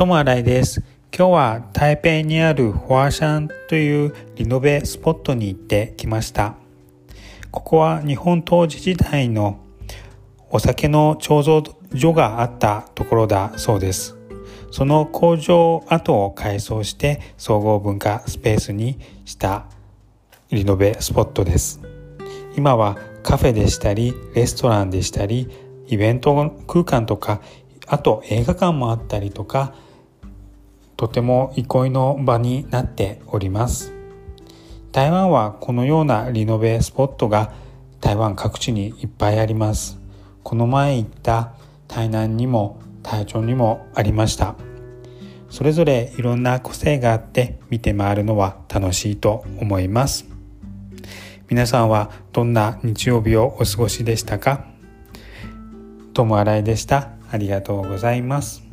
トモアライです。今日は台北にあるホアシャンというリノベスポットに行ってきました。ここは日本統治時代のお酒の醸造所があったところだそうです。その工場跡を改装して総合文化スペースにしたリノベスポットです。今はカフェでしたりレストランでしたりイベント空間とか、あと映画館もあったりとか、とても憩いの場になっております。台湾はこのようなリノベスポットが台湾各地にいっぱいあります。この前行った台南にも台中にもありました。それぞれいろんな個性があって見て回るのは楽しいと思います。皆さんはどんな日曜日をお過ごしでしたか？友新井でした。ありがとうございます。